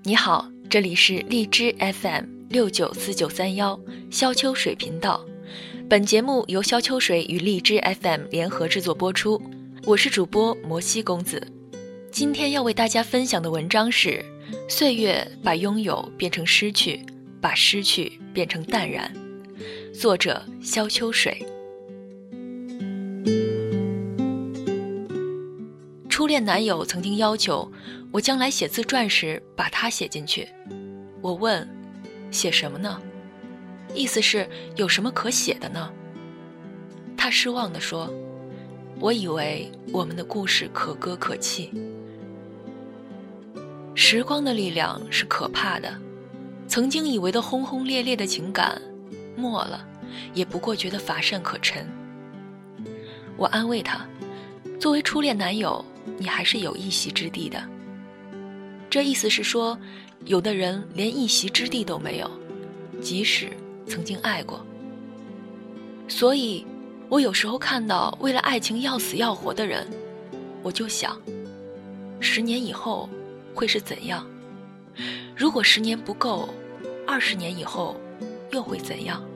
你好，这里是荔枝 FM694931 萧秋水频道，本节目由萧秋水与荔枝 FM 联合制作播出，我是主播摩西公子。今天要为大家分享的文章是岁月把拥有变成失去，把失去变成淡然，作者萧秋水。初恋男友曾经要求我将来写自传时把他写进去，我问写什么呢？意思是有什么可写的呢？他失望地说，我以为我们的故事可歌可泣。时光的力量是可怕的，曾经以为的轰轰烈烈的情感没了，也不过觉得乏善可陈。我安慰他，作为初恋男友，你还是有一席之地的。这意思是说，有的人连一席之地都没有，即使曾经爱过。所以我有时候看到为了爱情要死要活的人，我就想10年以后会是怎样？如果10年不够，20年以后又会怎样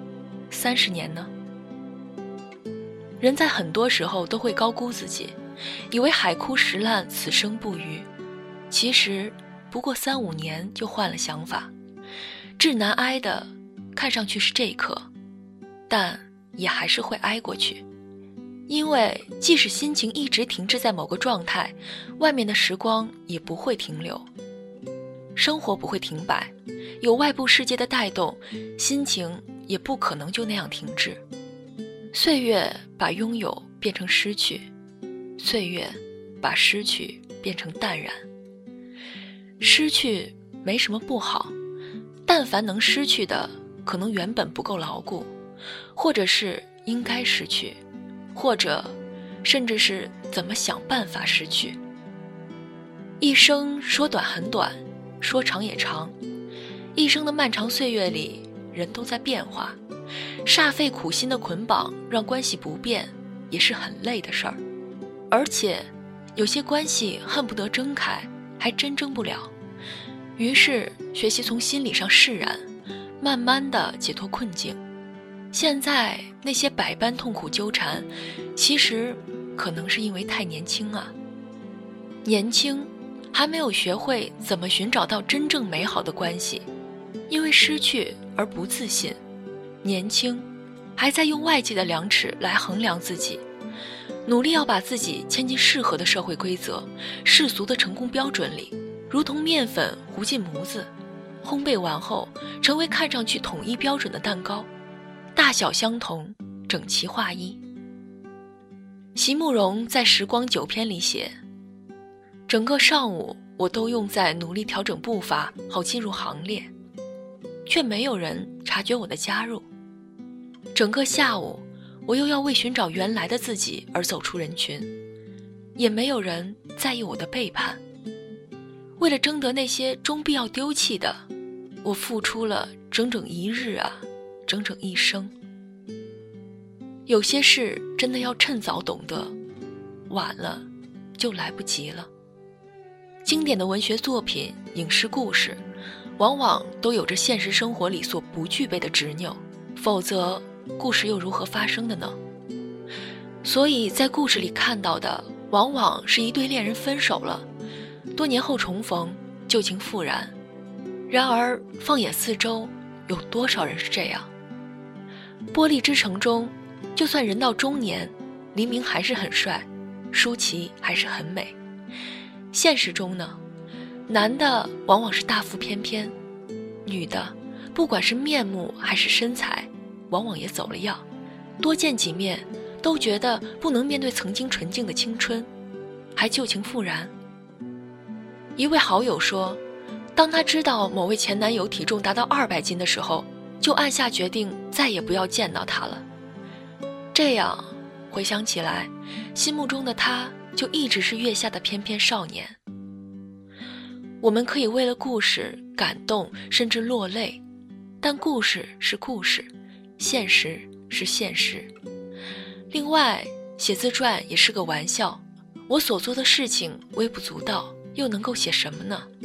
？30年呢？人在很多时候都会高估自己，以为海枯石烂，此生不渝。其实不过3-5年就换了想法。至难挨的看上去是这一刻，但也还是会挨过去。因为即使心情一直停滞在某个状态，外面的时光也不会停留，生活不会停摆，有外部世界的带动，心情也不可能就那样停滞。岁月把拥有变成失去，岁月把失去变成淡然。失去没什么不好，但凡能失去的，可能原本不够牢固，或者是应该失去，或者甚至是怎么想办法失去。一生说短很短，说长也长，一生的漫长岁月里，人都在变化，煞费苦心的捆绑让关系不变，也是很累的事儿。而且有些关系恨不得挣开，还真挣不了。于是学习从心理上释然，慢慢的解脱困境。现在那些百般痛苦纠缠，其实可能是因为太年轻啊。年轻还没有学会怎么寻找到真正美好的关系，因为失去而不自信。年轻还在用外界的量尺来衡量自己，努力要把自己牵进适合的社会规则、世俗的成功标准里，如同面粉糊进模子，烘焙完后成为看上去统一标准的蛋糕，大小相同，整齐划一。席慕容在《时光9篇》里写，整个上午我都用在努力调整步伐，好进入行列，却没有人察觉我的加入。整个下午我又要为寻找原来的自己而走出人群，也没有人在意我的背叛。为了争得那些终必要丢弃的，我付出了整整1日啊，整整一生。有些事真的要趁早懂得，晚了就来不及了。经典的文学作品、影视故事，往往都有着现实生活里所不具备的执拗，否则故事又如何发生的呢？所以在故事里看到的，往往是一对恋人分手了，多年后重逢，旧情复燃。然而放眼四周，有多少人是这样？玻璃之城中，就算人到中年，黎明还是很帅，舒淇还是很美。现实中呢，男的往往是大腹翩翩，女的不管是面目还是身材，往往也走了样，多见几面都觉得不能面对曾经纯净的青春，还旧情复燃。一位好友说，当他知道某位前男友体重达到200斤的时候，就暗下决定再也不要见到他了。这样回想起来，心目中的他就一直是月下的翩翩少年。我们可以为了故事感动甚至落泪，但故事是故事，现实是现实。另外，写自传也是个玩笑，我所做的事情微不足道，又能够写什么呢？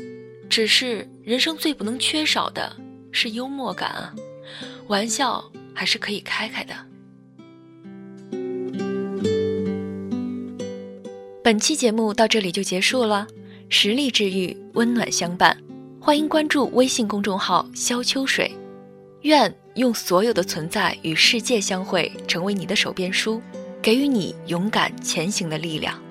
只是人生最不能缺少的是幽默感啊，玩笑还是可以开开的。本期节目到这里就结束了，实力治愈，温暖相伴。欢迎关注微信公众号萧秋水，愿用所有的存在与世界相会，成为你的手边书，给予你勇敢前行的力量。